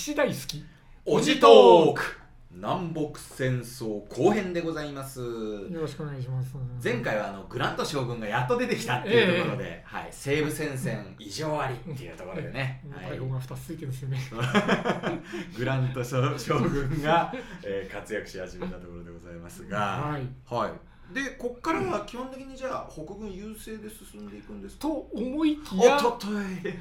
史大好きおじトーク南北戦争後編でございます。 よろしくお願いします。 前回はグラント将軍がやっと出てきたっていうところで、はい、西部戦線異常ありっていうところでね、 台本が2つついてるんですよねグラント将軍が、活躍し始めたところでございますが、 はい、 はい、でこっからは基本的にじゃあ北軍優勢で進んでいくんですかと思いきや、 おっとっとい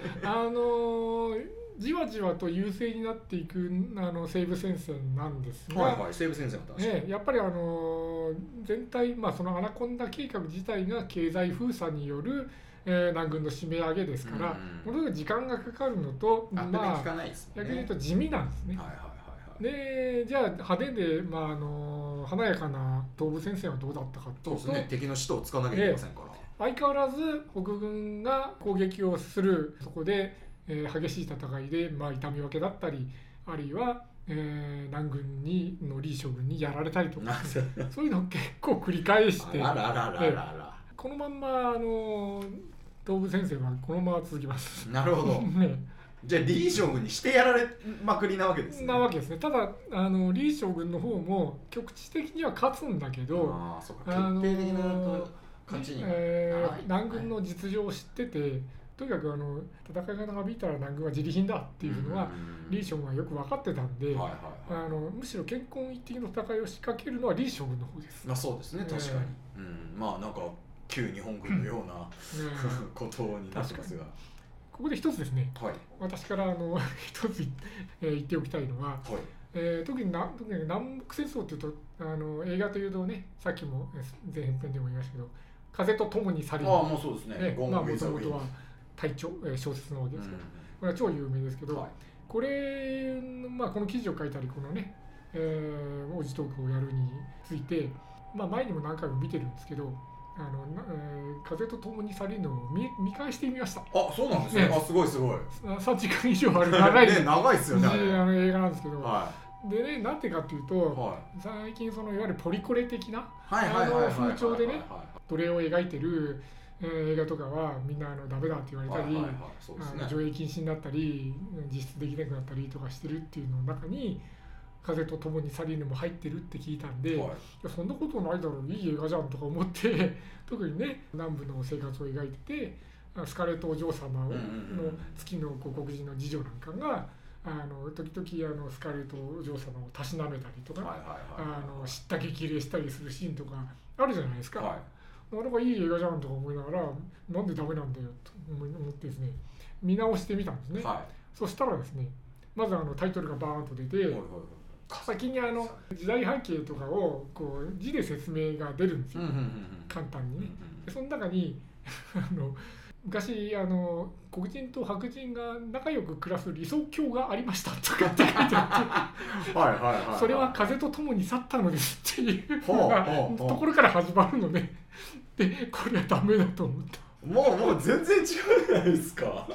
じわじわと優勢になっていく西部戦線なんですが、 はいはい、西部戦線は確かに、 やっぱり全体、そのアナコンダ計画自体が経済封鎖による、南軍の締め上げですから、ものすごく時間がかかるのと、逆に言うと地味なんですね。でじゃあ派手で、華やかな東部戦線はどうだったかというと、 敵の首都を使わなきゃいけませんから、 相変わらず北軍が攻撃をする、そこで激しい戦いで、痛み分けだったり、あるいは、南軍の李将軍にやられたりとかそういうのを結構繰り返してこのまんま東部戦線はこのまま続きます。 なるほどじゃあ李将軍にしてやられまくりなわけですね。 ただ李将軍の方も局地的には勝つんだけど、 決定的な勝ちに南軍の実情を知ってて、とにかく戦いが長引いたら南軍は自利品だっていうのは李将軍はよく分かってたんで、むしろ健康一的な戦いを仕掛けるのは李将軍の方です。 そうですね、確かに、なんか旧日本軍のようなことになってますが、 ここで一つですね、私から一つ言っておきたいのは、特に南北戦争というと映画というとね、さっきも前編でも言いましたけど、風と共に去り、もともとは小説なわけですけど、これは超有名ですけど、これ、この記事を書いたり、このね、おじトークをやるについて、前にも何回も見てるんですけど、風と共に去りのを見返してみました。 そうなんですね。すごいすごい。 3時間以上ある長い長いですよね。 映画なんですけど、でね、なんてかっていうと、最近いわゆるポリコレ的な風潮でね、奴隷を描いてる映画とかはみんなダメだって言われたり、上映禁止になったり、実質できなくなったりとかしてるっていうの中に、風と共に去りぬも入ってるって聞いたんで、そんなことないだろう、いい映画じゃんとか思って特にね、南部の生活を描いてて、スカーレットお嬢様の月の黒人の次女なんかが時々スカーレットお嬢様をたしなめたりとか、知った激励したりするシーンとかあるじゃないですか。なかなかいい映画じゃんとか思いながら、なんでダメなんだよと思ってですね、見直してみたんですね。そしたらですね、まずタイトルがバーンと出て、先に時代背景とかを字で説明が出るんですよ、簡単にね。その中に昔黒人と白人が仲良く暮らす理想郷がありましたとかって書いてあってそれは風と共に去ったのですっていうところから始まるので、これはダメだと思った。 もう全然違うじゃないですか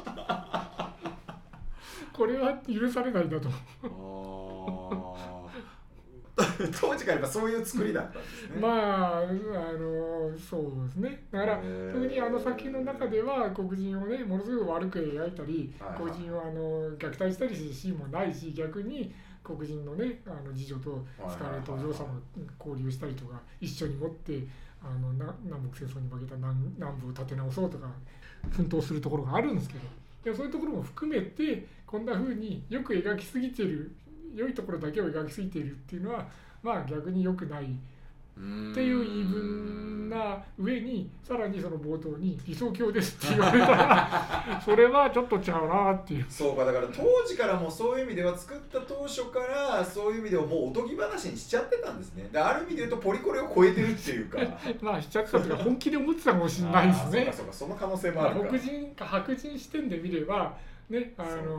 これは許されないんだと当時からそういう作りだったんですね。 そうですね。だから特に作品の中では黒人をね、ものすごく悪く描いたり、黒人を虐待したりするシーンもないし、逆に黒人のね、次女とスカーレットお嬢様を交流したりとか、一緒に持って南北戦争に負けた南部を立て直そうとか奮闘するところがあるんですけど、そういうところも含めてこんな風によく描きすぎてる、良いところだけを描きすぎているっていうのは逆に良くないっていう言い分な上に、さらにその冒頭に理想郷ですって言われたらそれはちょっとちゃうなっていう。 そうか、だから当時からもそういう意味では、作った当初からそういう意味ではもうおとぎ話にしちゃってたんですね。である意味で言うとポリコレを超えてるっていうかしちゃってたというか本気で思ってたかもしれないですね。 その可能性もあるか。 白人視点で見ればね、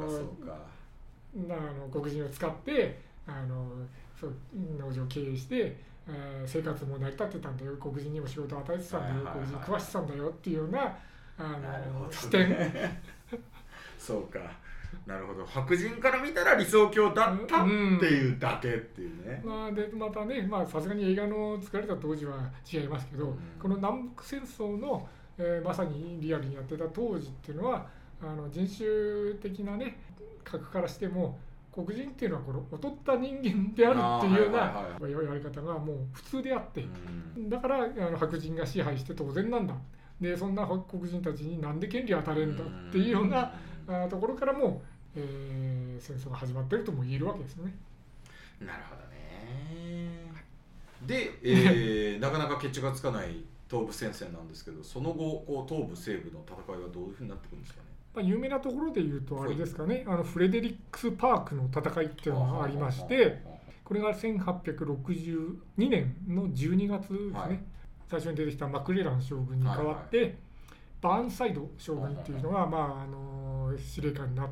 黒人を使って農場を経営して、生活も成り立ってたんだよ、黒人にも仕事を与えてたんだよ、黒人食わしてたんだよっていうような視点そうか、なるほど。白人から見たら理想郷だったっていうだけっていうね。 でまたね、さすがに映画の作られた当時は違いますけど、この南北戦争の、まさにリアルにやってた当時っていうのは人種的なね、格からしても黒人っていうのはこの劣った人間であるっていうような言われ方がもう普通であって、だから白人が支配して当然なんだ、でそんな黒人たちになんで権利を与えるんだっていうようなところからも、戦争が始まっているとも言えるわけですよね。 なるほどね。で、なかなか決着がつかない東部戦線なんですけど、その後こう東部西部の戦いはどういうふうになってくるんですかね。 有名なところで言うとあれですかね、フレデリックスパークの戦いっていうのがありまして、これが1862年の12月ですね、はい、最初に出てきたマクレラン将軍に代わって、バーンサイド将軍っていうのが、司令官になって、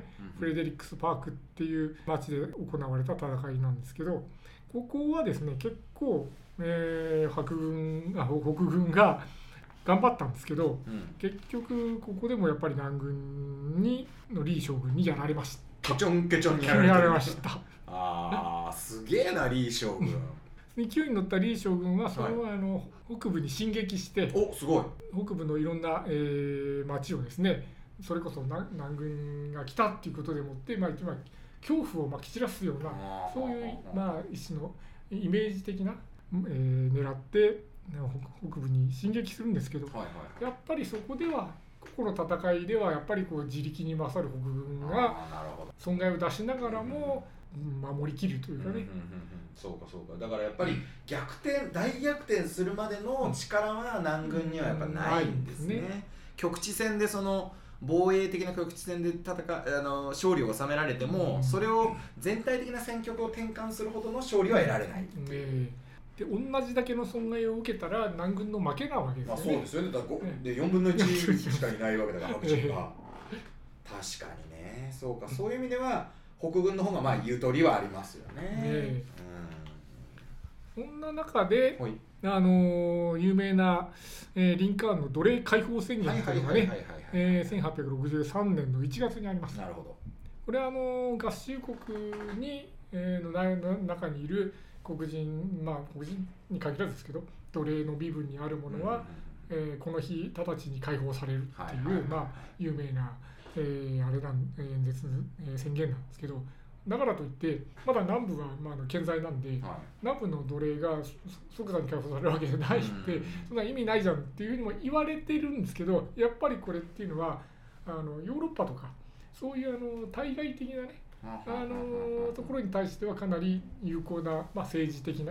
フレデリックスパークっていう町で行われた戦いなんですけど、ここはですね結構、北軍が頑張ったんですけど、結局ここでもやっぱり南軍のリー将軍にやられました。 ケチョンケチョンにやられました。すげえなリー将軍。 勢いに乗ったリー将軍はその、北部に進撃して、 すごい北部のいろんな、町をですね、それこそ南軍が来たっていうことでもって、恐怖をまき散らすようなそういう、一種のイメージ的な、狙って北部に進撃するんですけど、やっぱりそこではここの戦いではやっぱりこう自力に勝る北軍が損害を出しながらも守りきるというかね。 そうか。だからやっぱり大逆転するまでの力は南軍にはやっぱないんですね。局地戦でその防衛的な局地戦で勝利を収められても、それを全体的な戦局を転換するほどの勝利は得られない。 で同じだけの損害を受けたら南軍の負けなわけですよね。 そうですよね。で4分の1しかいないわけだから白人が。確かにね。そういう意味では北軍の方がゆとりはありますよね。 そんな中で有名な、リンカーンの奴隷解放宣言というのがね、1863年の1月にあります。 なるほど。 これは合衆国に、の中にいる黒人に限らずですけど、奴隷の身分にあるものは、この日直ちに解放されるっていう有名な、演説、宣言なんですけど、だからといってまだ南部は健在なんで、南部の奴隷が即座に解放されるわけじゃないって、そんな意味ないじゃんっていうふうにも言われてるんですけど、やっぱりこれっていうのはヨーロッパとかそういう対外的なねところに対してはかなり有効な、政治的な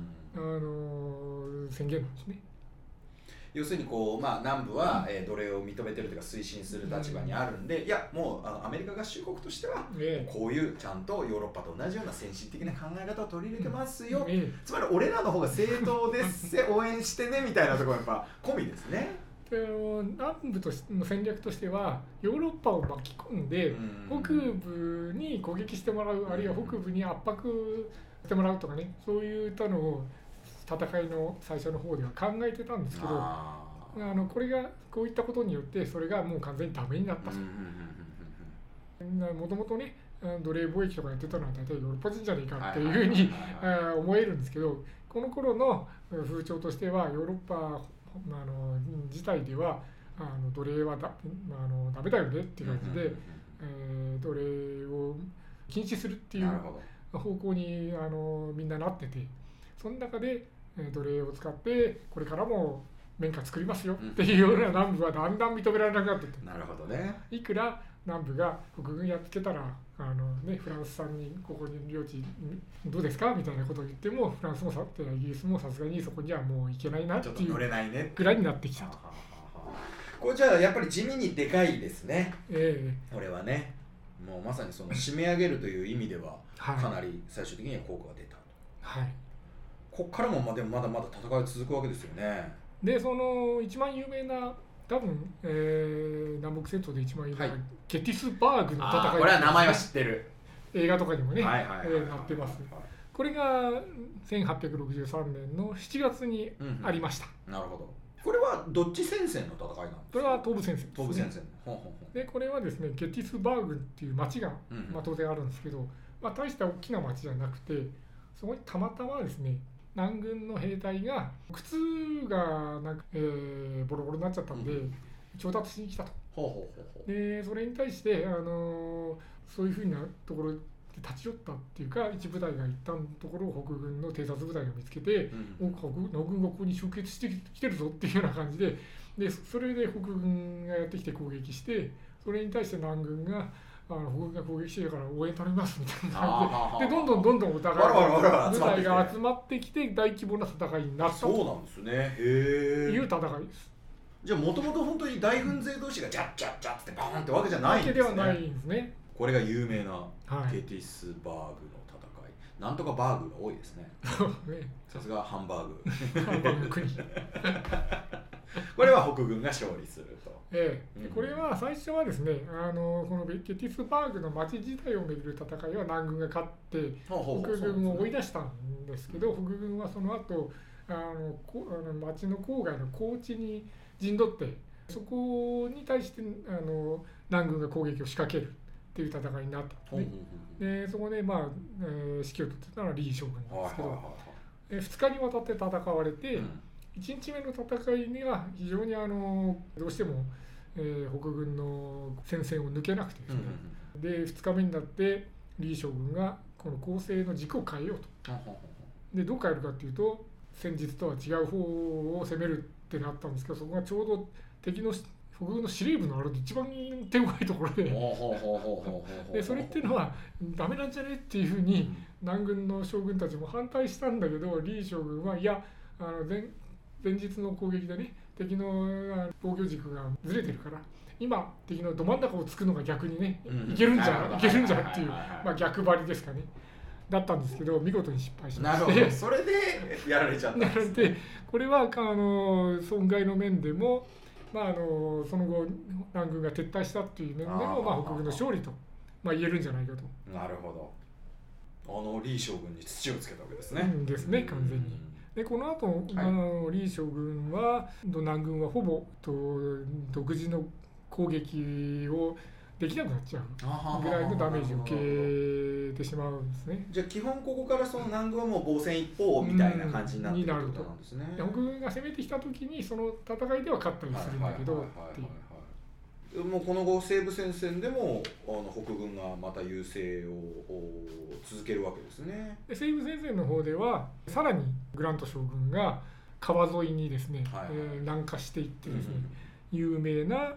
宣言なんですね。 要するに南部は奴隷を認めてるというか推進する立場にあるんで、いやもうアメリカ合衆国としてはこういうちゃんとヨーロッパと同じような先進的な考え方を取り入れてますよ、つまり俺らの方が正当です応援してねみたいなところがやっぱ込みですね。 南部の戦略としてはヨーロッパを巻き込んで北部に攻撃してもらう、あるいは北部に圧迫してもらうとかね、そういったのを戦いの最初の方では考えてたんですけど、これがこういったことによってそれがもう完全にダメになったと。もともとね奴隷貿易とかやってたのは大体ヨーロッパ人じゃねえかっていうふうに思えるんですけど、この頃の風潮としてはヨーロッパ自体では奴隷はダメだよねっていう感じで、奴隷を禁止するっていう方向にみんななってて、その中で奴隷を使ってこれからも綿花作りますよっていうような南部はだんだん認められなくなっていって、 なるほどね。 いくら南部が北軍やっつけたらフランスさんにここに領地どうですかみたいなことを言っても、フランスもイギリスもさすがにそこにはもう行けないなっていうぐらいになってきたと。 これじゃあやっぱり地味にでかいですね。これはね、もうまさにその締め上げるという意味ではかなり最終的には効果が出たと。ここからもまだまだ戦いが続くわけですよね。 でその一番有名な多分、南北戦争で一番有名なゲティスバーグの戦い、 これは名前は知ってる。 映画とかにもねなってます。これが1863年の7月にありました。 なるほど。これはどっち戦線の戦いなんですか？ これは東部戦線ですね。 東部戦線。 でこれはですねゲティスバーグっていう町が、当然あるんですけど、大した大きな町じゃなくて、そこにたまたまですね南軍の兵隊が靴がボロボロになっちゃったんで、調達しに来たと。でそれに対してそういうふうなところ立ち寄ったっていうか、一部隊が一旦のところを北軍の偵察部隊が見つけて、野軍がここに集結してきてるぞっていうような感じで、それで北軍がやってきて攻撃して、それに対して南軍が北軍が攻撃してるから応援頼みますみたいな感じで、どんどんお互いの部隊が集まってきて大規模な戦いになったという戦いです。 じゃあもともと本当に大軍勢同士がジャッジャッジャッってバーンってわけじゃないんですね。 わけではないんですね。 これが有名なゲティスバーグの戦い、なんとかバーグが多いですね。さすがハンバーグ。 ハンバーグの国。 これは北軍が勝利すると。 これは最初はですね、このゲティスバーグの町自体をめぐる戦いは南軍が勝って北軍を追い出したんですけど、北軍はその後町の郊外の高地に陣取って、そこに対して南軍が攻撃を仕掛けるっていう戦いになったんですね。でそこで、指揮を取ってたのは李将軍なんですけど、2日にわたって戦われて、1日目の戦いには非常にどうしても、北軍の戦線を抜けなくてですね、で2日目になって李将軍がこの攻勢の軸を変えようと。でどう変えるかっていうと、先日とは違う方を攻めるってなったんですけど、そこがちょうど敵の北軍の司令部の一番手強いところで、でそれっていうのはダメなんじゃねっていうふうに南軍の将軍たちも反対したんだけど、李将軍はいや、前日の攻撃でね、敵の防御軸がずれてるから、今敵のど真ん中を突くのが逆にね、いけるんじゃっていう、逆張りですかね、だったんですけど、見事に失敗しまして、 それでやられちゃったんですね。 でこれは損害の面でも、その後南軍が撤退したっていう面でも、北軍の勝利と、言えるんじゃないかと。 なるほど。李将軍に土をつけたわけですね。 ですね、完全に。でこの後、李将軍は南軍はほぼ独自の攻撃をできなくなっちゃうぐらいのダメージを受けてしまうんですね。 じゃあ基本ここからその南軍はもう防戦一方みたいな感じになっていることなんですね。 北軍が攻めてきた時にその戦いでは勝ったりするんだけど、 もうこの後西部戦線でも北軍がまた優勢を続けるわけですね。 で西部戦線の方ではさらにグラント将軍が川沿いにですね、南下していってですね、有名な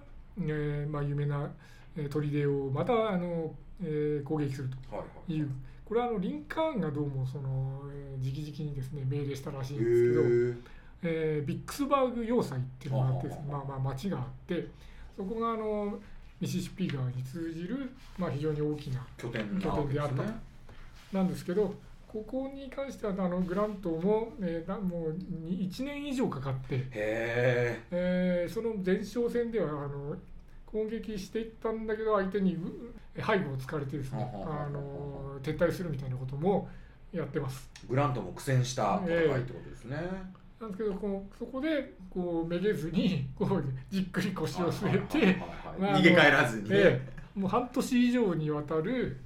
砦をまた攻撃するという、これはリンカーンがどうも直々にですね命令したらしいんですけど、ビックスバーグ要塞っていうのがあってですね、町があって、そこがミシシッピ川に通じる、非常に大きな拠点であったなんですけど、ここに関してはグラントも、もう1年以上かかって、その前哨戦では攻撃していったんだけど、相手に背後を突かれてですね、撤退するみたいなこともやってます。 グラントも苦戦した戦いってことですね。 なんですけど、そこでめげずにじっくり腰を据えて逃げ帰らずに、 もう半年以上にわたる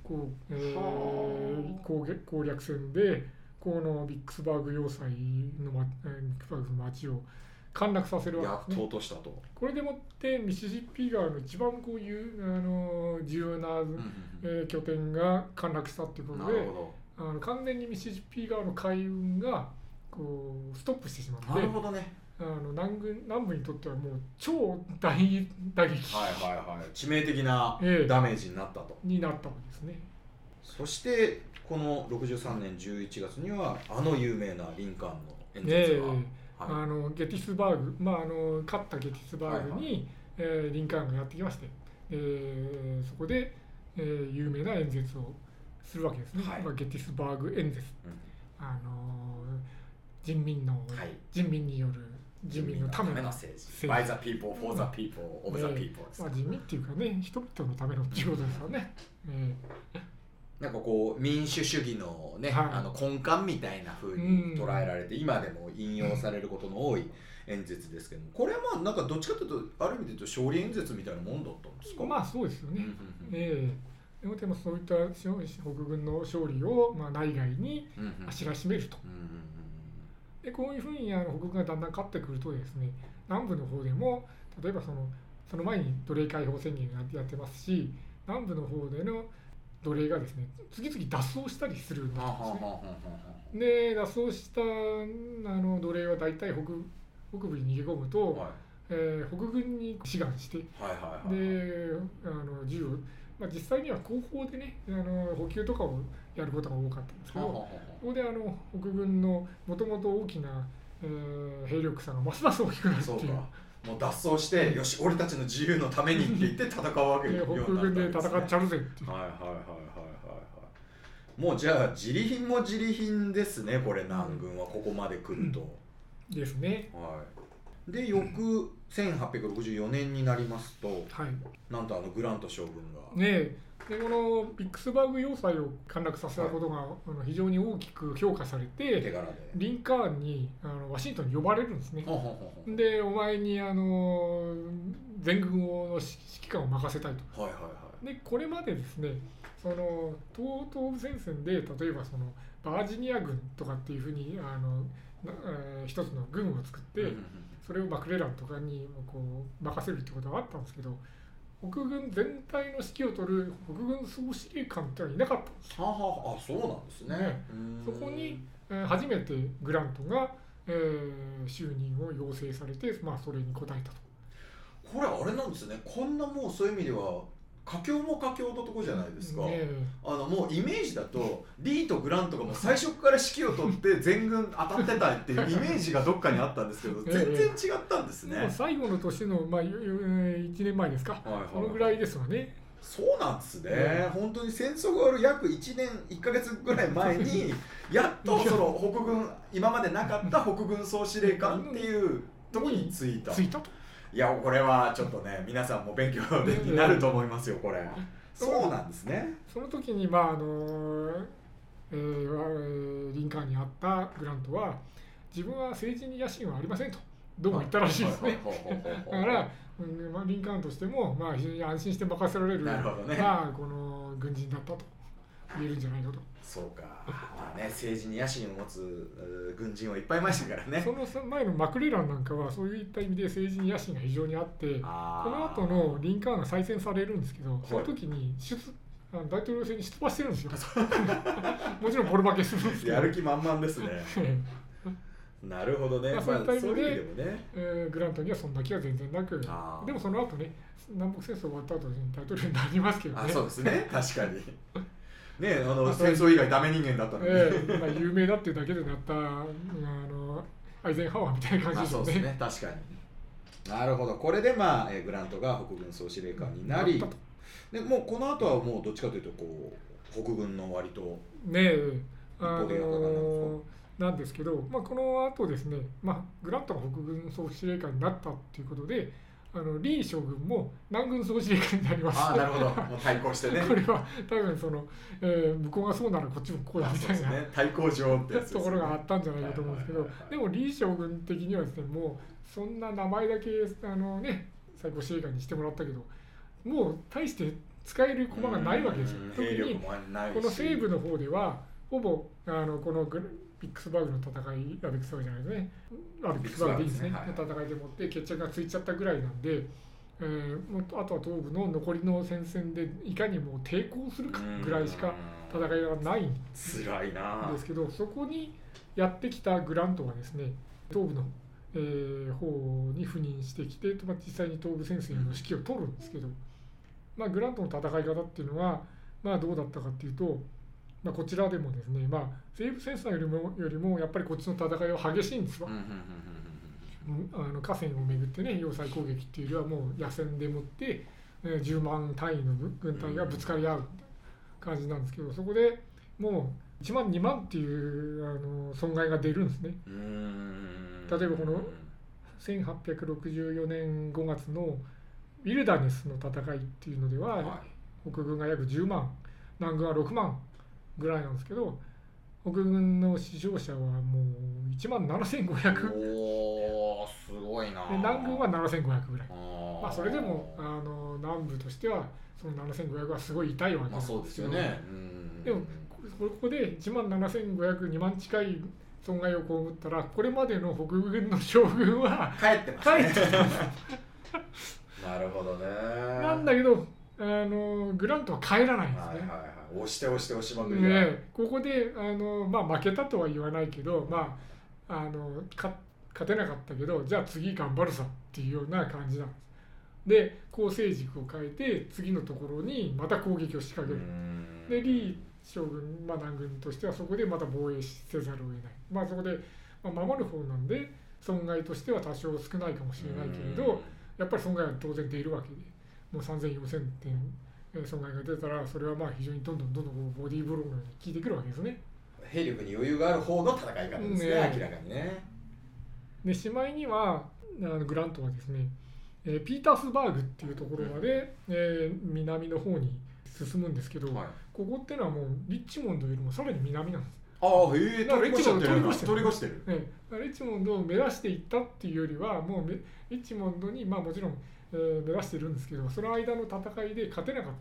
攻略戦でこのビックスバーグ要塞の町を陥落させるわけですね。 やっと落としたと。 これでもってミシシッピ川の一番重要な拠点が陥落したっていうことで、完全にミシシッピ川の海運がストップしてしまって、 なるほどね、 南部にとってはもう超大打撃、 致命的なダメージになったと、 になったわけですね。 そしてこの63年11月には有名なリンカーンの演説が、 ゲティスバーグ、勝ったゲティスバーグに、リンカーンがやってきまして、そこで、有名な演説をするわけですね。ゲティスバーグ演説、人民による人民のための政治、by the people, for the people, of the people、 人民っていうかね、人々のためのっていうことですよね。 なんか民主主義のね、根幹みたいな風に捉えられて、今でも引用されることの多い演説ですけども、これはなんかどっちかというとある意味で言うと勝利演説みたいなもんだったんですか？ そうですよね。でもそういった北軍の勝利を内外に知らしめると。でこういうふうに北軍がだんだん勝ってくるとですね、南部の方でも例えばその前に奴隷解放宣言がやってますし、南部の方での奴隷がですね次々脱走したりするんですね。で脱走した奴隷は大体北部に逃げ込むと、はい、北軍に志願して、で銃を、実際には後方でね補給とかをやることが多かったんですけど、ここで北軍のもともと大きな、兵力差がますます大きくなるっていう。 もう脱走して、よし俺たちの自由のためにって言って戦うわけですね。北軍で戦っちゃうぜっていう。 もうじゃあ自利品も自利品ですね、これ南軍はここまで来ると。 ですね。 はい、で翌1864年になりますと、はい、なんとグラント将軍が。 ねでこのビックスバーグ要塞を陥落させたことが非常に大きく評価されて、 手柄でリンカーンにワシントンに呼ばれるんですね。でお前に全軍の指揮官を任せたいと。でこれまでですね東部戦線で例えばバージニア軍とかっていうふうに一つの軍を作って、それをマクレランとかにこう任せるってことがあったんですけど、北軍全体の指揮を執る北軍総司令官ってのはいなかったんです。 そうなんですね。 そこに初めてグラントが就任を要請されて、それに応えたと。 これあれなんですね。こんなもうそういう意味では佳境も佳境のとこじゃないですか。もうイメージだとリーとグラントがもう最初から指揮を取って全軍当たってたっていうイメージがどっかにあったんですけど、全然違ったんですね。 最後の年の、1年前ですか、そのぐらいですわね。 そうなんですね。本当に戦争が終わる約1年1ヶ月ぐらい前にやっとその北軍、今までなかった北軍総司令官っていうところに着いたと。いやこれはちょっとね皆さんも勉強になると思いますよこれ。そうなんですね。 その時にリンカーンに会ったグラントは自分は政治に野心はありませんとどうも言ったらしいですね。だからリンカーンとしても非常に安心して任せられるこの軍人だったと言えるんじゃないかと。 そうか、政治に野心を持つ軍人はいっぱいいましたからね。 その前のマクレランなんかはそういった意味で政治に野心が非常にあって、この後のリンカーンが再選されるんですけど、その時に大統領選に出馬してるんですよ。もちろんボロ負けするんですけど。 やる気満々ですね。なるほどね。 そういった意味でグラントにはそんな気は全然なく、でもその後ね南北戦争終わった後に大統領になりますけどね。 そうですね、確かに。ね戦争以外ダメ人間だったので、 有名だっていうだけでなったアイゼンハワーみたいな感じですよね。 そうですね、確かに。なるほど。これでグラントが北軍総司令官になり、でもうこの後はもうどっちかというと北軍の割となんですけど、この後ですね、グラントが北軍総司令官になったっていうことで、リー将軍も南軍総司令官になります。 なるほど。もう対抗してね。 これは多分向こうがそうならこっちもこうだみたいな、 対抗上ってやつですね、 ところがあったんじゃないかと思うんですけど、でもリー将軍的にはですね、もうそんな名前だけ最高司令官にしてもらったけど、もう大して使える駒がないわけですよ。特にこの西部の方ではほぼこのビックスバーグの戦い、ビックスバーグじゃないですね、ビックスバーグでいいですね、戦いでもって決着がついちゃったぐらいなんで、あとは東部の残りの戦線でいかにも抵抗するかぐらいしか戦いがないんですけど、そこにやってきたグラントはですね、東部の、方に赴任してきて、実際に東部戦線の指揮を取るんですけど、グラントの戦い方っていうのはどうだったかっていうと、こちらでもですね、西部戦線よりもやっぱりこっちの戦いは激しいんですわ。河川をめぐってね、要塞攻撃っていうよりはもう野戦でもって10万単位の軍隊がぶつかり合う感じなんですけど、そこでもう1万2万っていう損害が出るんですね。例えばこの1864年5月のウィルダネスの戦いっていうのでは、北軍が約10万、南軍は6万ぐらいなんですけど、北軍の死傷者はもう1万7500。 おー、すごいな。 で南軍は7500ぐらい。それでも南部としてはその7500はすごい痛いわけなんですけど、 そうですよね。 でもここで1万7500、2万近い損害を被ったら、これまでの北軍の将軍は帰ってますね。なるほどね。 なんだけどグラントは帰らないんですね。 押して押しまくりここで負けたとは言わないけど、勝てなかったけど、じゃあ次頑張るさっていうような感じなんです。で構成軸を変えて次のところにまた攻撃を仕掛ける。で李将軍、南軍としてはそこでまた防衛せざるを得ない。そこで、守る方なんで損害としては多少少ないかもしれないけれど、やっぱり損害は当然出るわけで、もう3000、4000点損害が出たら、それは非常にどんどんボディーブローのように効いてくるわけですね。 兵力に余裕がある方の戦い方ですね、明らかにね。 でしまいにはグラントはですね、ピータースバーグっていうところまで、南の方に進むんですけど、ここっていうのはもうリッチモンドよりもさらに南なんです。 リッチモンド通り越してる。 リッチモンドを目指していったっていうよりは、もうリッチモンドにもちろん、目指してるんですけど、その間の戦いで勝てなかった、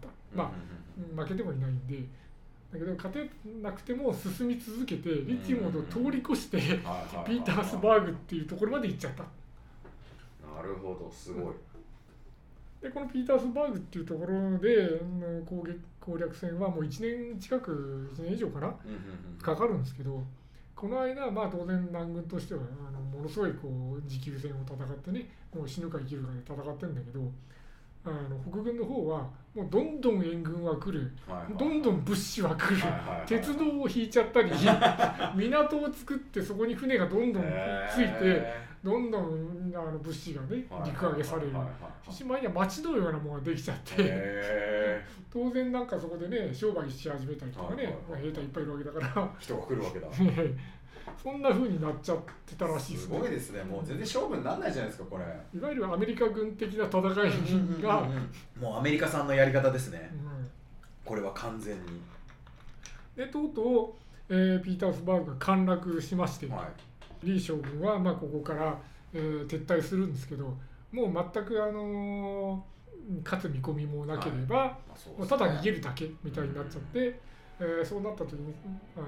負けてもいないんで、だけど勝てなくても進み続けて、リッチモンドを通り越してピータースバーグっていうところまで行っちゃった。 なるほど、すごい。 でこのピータースバーグっていうところで攻略戦はもう1年近く、1年以上かな、かかるんですけど、この間当然南軍としてはものすごい持久戦を戦ってね、もう死ぬか生きるかで戦ってるんだけど、北軍の方はもうどんどん援軍は来る、どんどん物資は来る、鉄道を引いちゃったり港を作ってそこに船がどんどんついて、どんどん物資がね陸揚げされる。しまいには町のようなものができちゃって当然そこでね商売し始めたりとかね、兵隊いっぱいいるわけだから人が来るわけだそんな風になっちゃってたらしいですね。 すごいですね。もう全然勝負にならないじゃないですか、これ。 いわゆるアメリカ軍的な戦いがもうアメリカさんのやり方ですね、これは完全に。 でとうとう、ピータースバーグが陥落しまして、李将軍はここから、撤退するんですけど、もう全く勝つ見込みもなければ、もうただ逃げるだけみたいになっちゃって、そうなった時に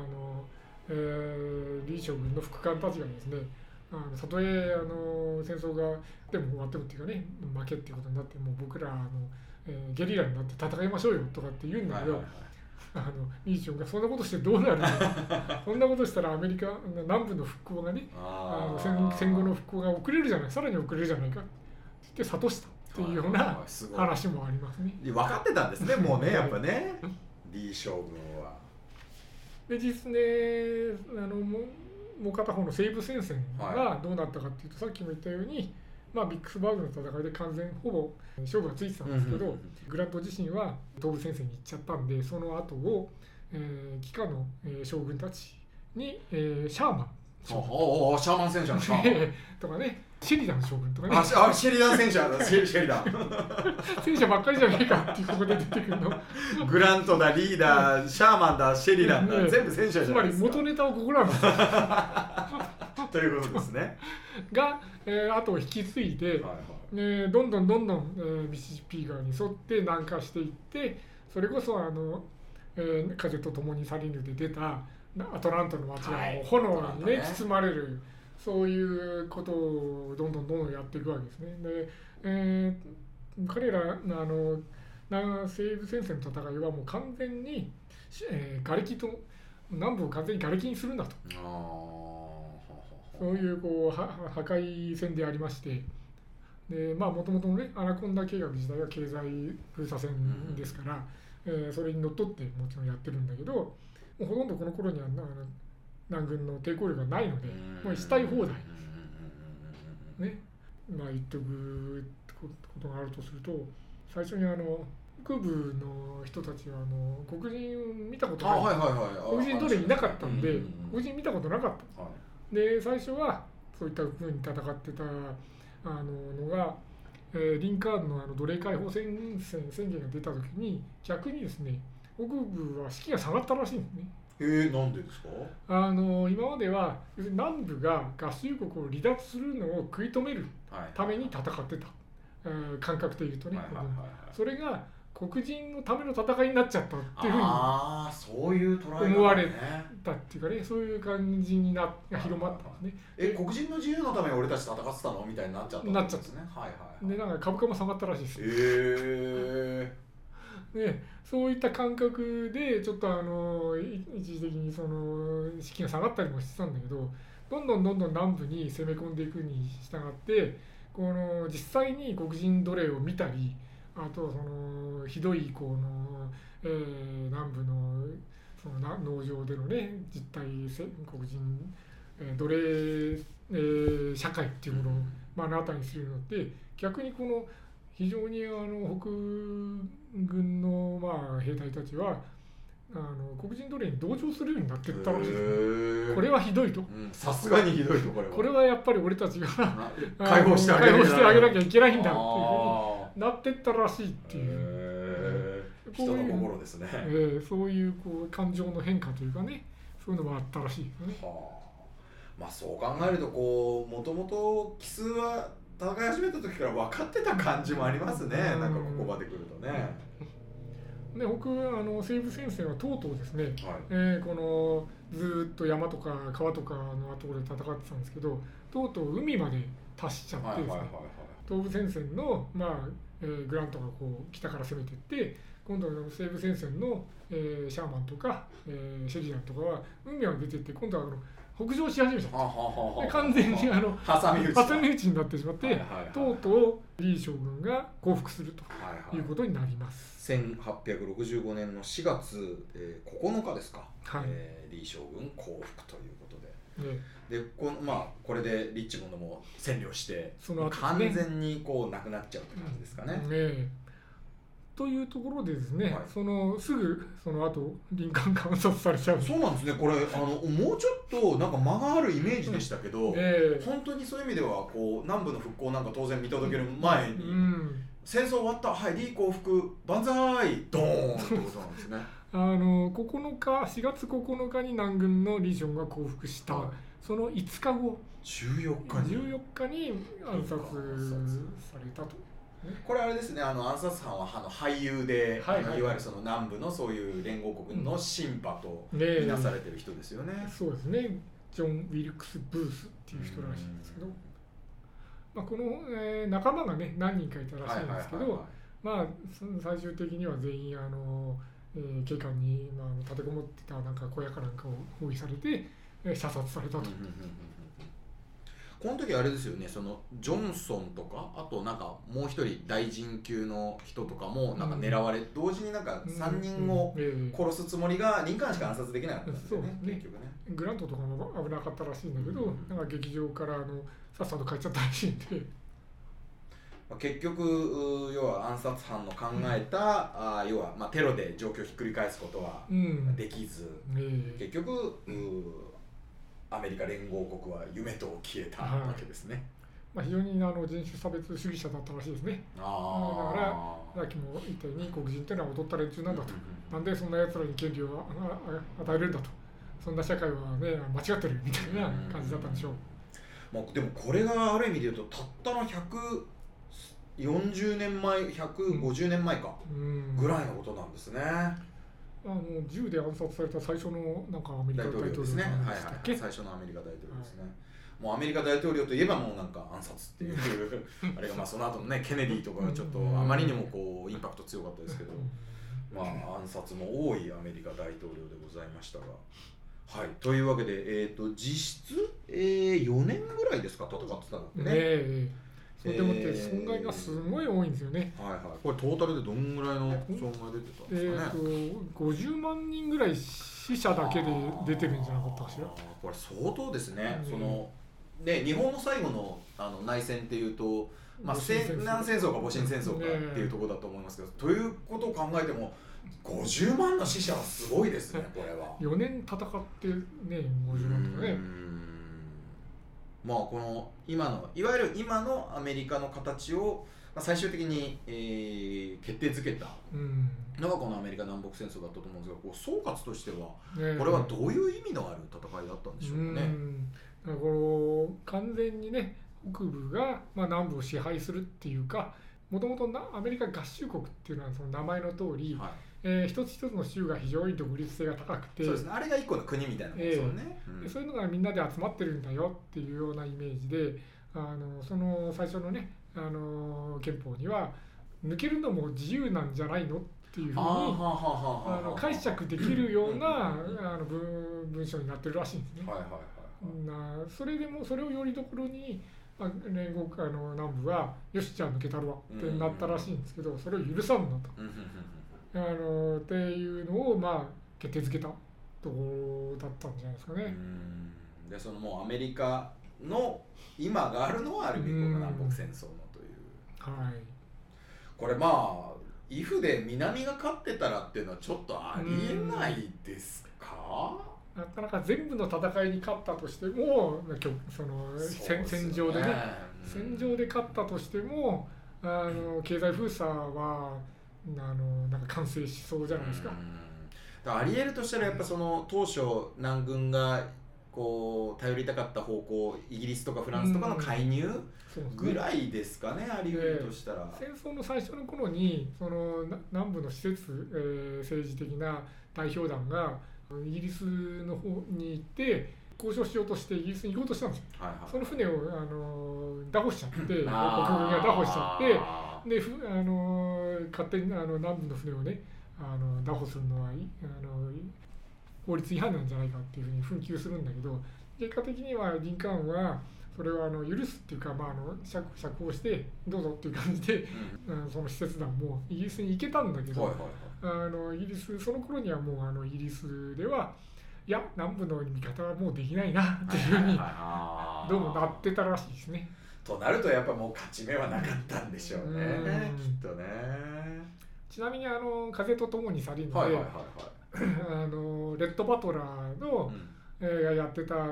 李将軍の副官たちがですね、たとえ戦争がでも終わってもっていうかね、負けっていうことになっても僕らゲリラになって戦いましょうよとかって言うんだけど、李将軍がそんなことしてどうなるのそんなことしたらアメリカ南部の復興がね、戦後の復興が遅れるじゃない、さらに遅れるじゃないかって言って諭したっていうような話もありますね。 分かってたんですね、もうね、やっぱね李将軍は。 で実ねもう片方の西部戦線がどうなったかっていうと、さっきも言ったように、ビックスバーグの戦いで完全ほぼ勝負がついてたんですけど、グラント自身は東部戦線に行っちゃったんで、その後を、帰化の、将軍たちに、シャーマンシャーマン戦車のとかね、シェリダン将軍とかね、 シェリダン戦車だ、シェリダン戦車ばっかりじゃねえかっていうところで出てくるのグラントだ、リーダー、シャーマンだ、シェリダンだ、全部戦車じゃないですか。 つまり元ネタはここなんですということですねが、後を引き継いで、どんどんミシシッピ川に沿って南下していって、それこそ風と共に去りぬで出たアトランタの街がもう炎にね包まれる、そういうことをどんどんやっていくわけですね。で、彼ら西部戦線の戦いはもう完全に、瓦礫と南部を完全に瓦礫にするんだと、そういう破壊戦でありまして、でもともとのねアナコンダ計画自体は経済封鎖戦ですから、それにのっとってもちろんやってるんだけど、もうほとんどこの頃には南軍の抵抗力がないので、もうしたい放題ね、言っておくことがあるとすると、最初に北部の人たちは黒人見たことない、黒人どれいなかったんで、黒人見たことなかった、で最初はそういった風に戦ってたのが、リンカーンの奴隷解放宣言が出た時に逆にですね、北部は士気が下がったらしいんですね。 なんでですか？ 今までは南部が合衆国を離脱するのを食い止めるために戦ってた、感覚でいうとね、それが黒人のための戦いになっちゃったっていうふうにそういう捉え方、 思われたっていうかね、そういう感じにが広まったんですね。 黒人の自由のために俺たち戦ってたのみたいになっちゃったんですね。 で株価も下がったらしいです。 ね、そういった感覚でちょっと一時的にその士気が下がったりもしてたんだけど、どんどん南部に攻め込んでいくに従ってこの実際に黒人奴隷を見たり、あとそのひどいこの、南部のその農場でのね実態黒人、奴隷、社会っていうものを目の当たりにするので、逆にこの非常に北軍のまあ兵隊たちは黒人奴隷に同情するようになっていったらしいですね。これはひどいと。 さすがにひどいと。 これはやっぱり俺たちが解放してあげなきゃいけないんだっていうふうになっていったらしいっていう。 人の心ですね。 そういうこう感情の変化というかね、そういうのもあったらしいですね。 まあそう考えるとこうもともと奇数は戦い始めた時から分かってた感じもありますね。なんかここまで来るとね。 で僕西部戦線はとうとうですね、このずっと山とか川とかのところで戦ってたんですけど、とうとう海まで達しちゃってですね、東部戦線の、まあグラントがこう北から攻めていって、今度の西部戦線の、シャーマンとか、シェリダンとかは海まで出ていって、今度は北上し始めちゃって、完全に挟み撃ちになってしまって、とうとうリー将軍が降伏するということになります。 1865年の4月、9日ですか、リー将軍降伏ということで、でこれでリッチモンドも占領して、完全にこうなくなっちゃうって感じですかね。 というところでですね、すぐその後リンカーンが暗殺されちゃう。 そうなんですね。これもうちょっとなんか間があるイメージでしたけど、本当にそういう意味ではこう南部の復興なんか当然見届ける前に、戦争終わった、はい、リー降伏万歳ドーンってことなんですね。 4月9日に南軍のリージョンが降伏した、その5日後14日に暗殺されたと。 これあれですね、暗殺犯は俳優で、いわゆるその南部のそういう連合国のシンパとみなされてる人ですよね。 そうですね、ジョン・ウィルクス・ブースっていう人らしいんですけど、この、仲間がね何人かいたらしいんですけど、最終的には全員警官に、立てこもってたなんか小屋かなんかを包囲されて、射殺されたと。 この時あれですよね、そのジョンソンとか、あとなんかもう一人大臣級の人とかもなんか狙われ、同時になんか3人を殺すつもりがリンカーンしか暗殺できなかったんですよね、結局ね。 グラントとかも危なかったらしいんだけど、なんか劇場からさっさと帰っちゃったらしいんで。 結局要は暗殺犯の考えた、要はテロで状況をひっくり返すことはできず、結局アメリカ連合国は夢と消えたわけですね。 非常に人種差別主義者だったらしいですね。だからさっきも言ったように黒人というのは劣った連中なんだと、なんでそんな奴らに権利を与えるんだと、そんな社会はね間違ってるみたいな感じだったんでしょう。 でもこれがある意味で言うとたったの140年前150年前かぐらいのことなんですね。 銃で暗殺された最初のなんかアメリカ大統領ですね。最初のアメリカ大統領ですね。もうアメリカ大統領といえばもうなんか暗殺っていうあれがその後のねケネディとかがちょっとあまりにもこうインパクト強かったですけど、暗殺も多いアメリカ大統領でございましたが、というわけで実質4年ぐらいですか戦ってたのってね。 それでもって損害がすごい多いんですよね。 これトータルでどんぐらいの損害出てたんですかね。 50万人ぐらい死者だけで出てるんじゃなかったかしら。 これ相当ですね。日本の最後の内戦っていうと、西南戦争か戊辰戦争かっていうところだと思いますけど、ということを考えても50万の死者はすごいですね。これは 4年戦ってね50万とかね。 このいわゆる今のアメリカの形を最終的に、決定づけたのがこのアメリカ南北戦争だったと思うんですが、総括としてはこれはどういう意味のある戦いだったんでしょうかね。 だからこの完全にね北部が、南部を支配するっていうか、もともとアメリカ合衆国っていうのはその名前の通り、一つ一つの州が非常に独立性が高くて、 そうですね、あれが一個の国みたいなものですよね。 そういうのがみんなで集まってるんだよっていうようなイメージで、その最初のね憲法には抜けるのも自由なんじゃないの、 っていうふうに解釈できるような文章になってるらしいんですね。それでもそれをよりどころに連合南部はよしじゃあ抜けたるわってなったらしいんですけど、それを許さんなとっていうのを決定づけたところだったんじゃないですかね。 でそのもうアメリカの今があるのはある意味南北戦争のという、はい、これイフで南が勝ってたらっていうのはちょっとありえないですか？ なかなか全部の戦いに勝ったとしてもその戦場でね、戦場で勝ったとしても経済封鎖はなんか完成しそうじゃないですか。 ありえるとしたらやっぱその当初南軍がこう頼りたかった方向、イギリスとかフランスとかの介入ぐらいですかね、あり得るとしたら。 戦争の最初の頃にその南部の施設、政治的な代表団がイギリスの方に行って交渉しようとしてイギリスに行こうとしたんですよ。その船を拿捕しちゃって、国軍が拿捕しちゃって、で勝手に南部の船をね拿捕するのは法律違反なんじゃないかっていうふうに紛糾するんだけど、結果的にはリンカーンはそれを許すっていうか、釈放してどうぞっていう感じで、その施設団もイギリスに行けたんだけど、イギリスその頃にはもうイギリスではいや南部の味方はもうできないなっていうふうにどうもなってたらしいですね。 となるとやっぱもう勝ち目はなかったんでしょうね、きっとね。 ちなみに風と共に去りぬで、レッド・バトラーの、がやってた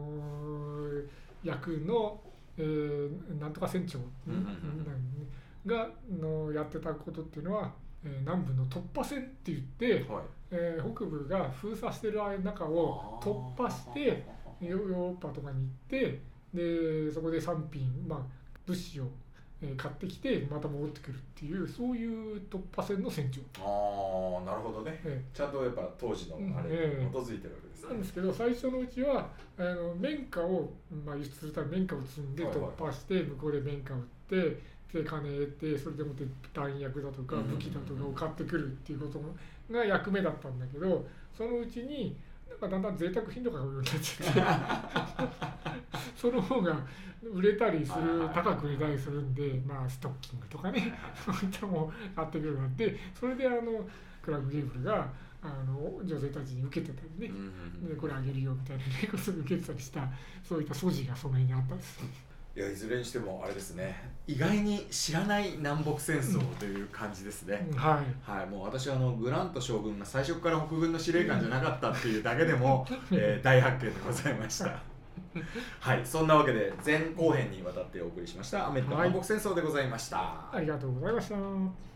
役の、なんとか船長がやってたことっていうのは、南部の突破線って言って、北部が封鎖してる中を突破してヨーロッパとかに行って、でそこで産品、物資を買ってきてまた戻ってくるっていう、そういう突破線の船長。 なるほどね、ちゃんとやっぱ当時のあれに基づいてるわけですね。 なんですけど最初のうちは綿花を、輸出するために綿花を積んで突破して、向こうで綿花を売ってで金得て、それでもって弾薬だとか武器だとかを買ってくるっていうことが役目だったんだけど、そのうちにだんだん贅沢品とかが売るようになっちゃってその方が売れたりする、高く売れたりするんで、ストッキングとかねそういったものを買ってくるようになって、それでクラーク・ゲーブルが女性たちに受けてたりね、でこれあげるよみたいなことを受けてたりした、そういった素地がその辺にあったんです。 いや、いずれにしてもあれですね、意外に知らない南北戦争という感じですね。もう私はグラント将軍が最初から北軍の司令官じゃなかったっていうだけでも、大発見でございましたはい、そんなわけで前後編にわたってお送りしましたアメリカ南北戦争でございました。 ありがとうございました。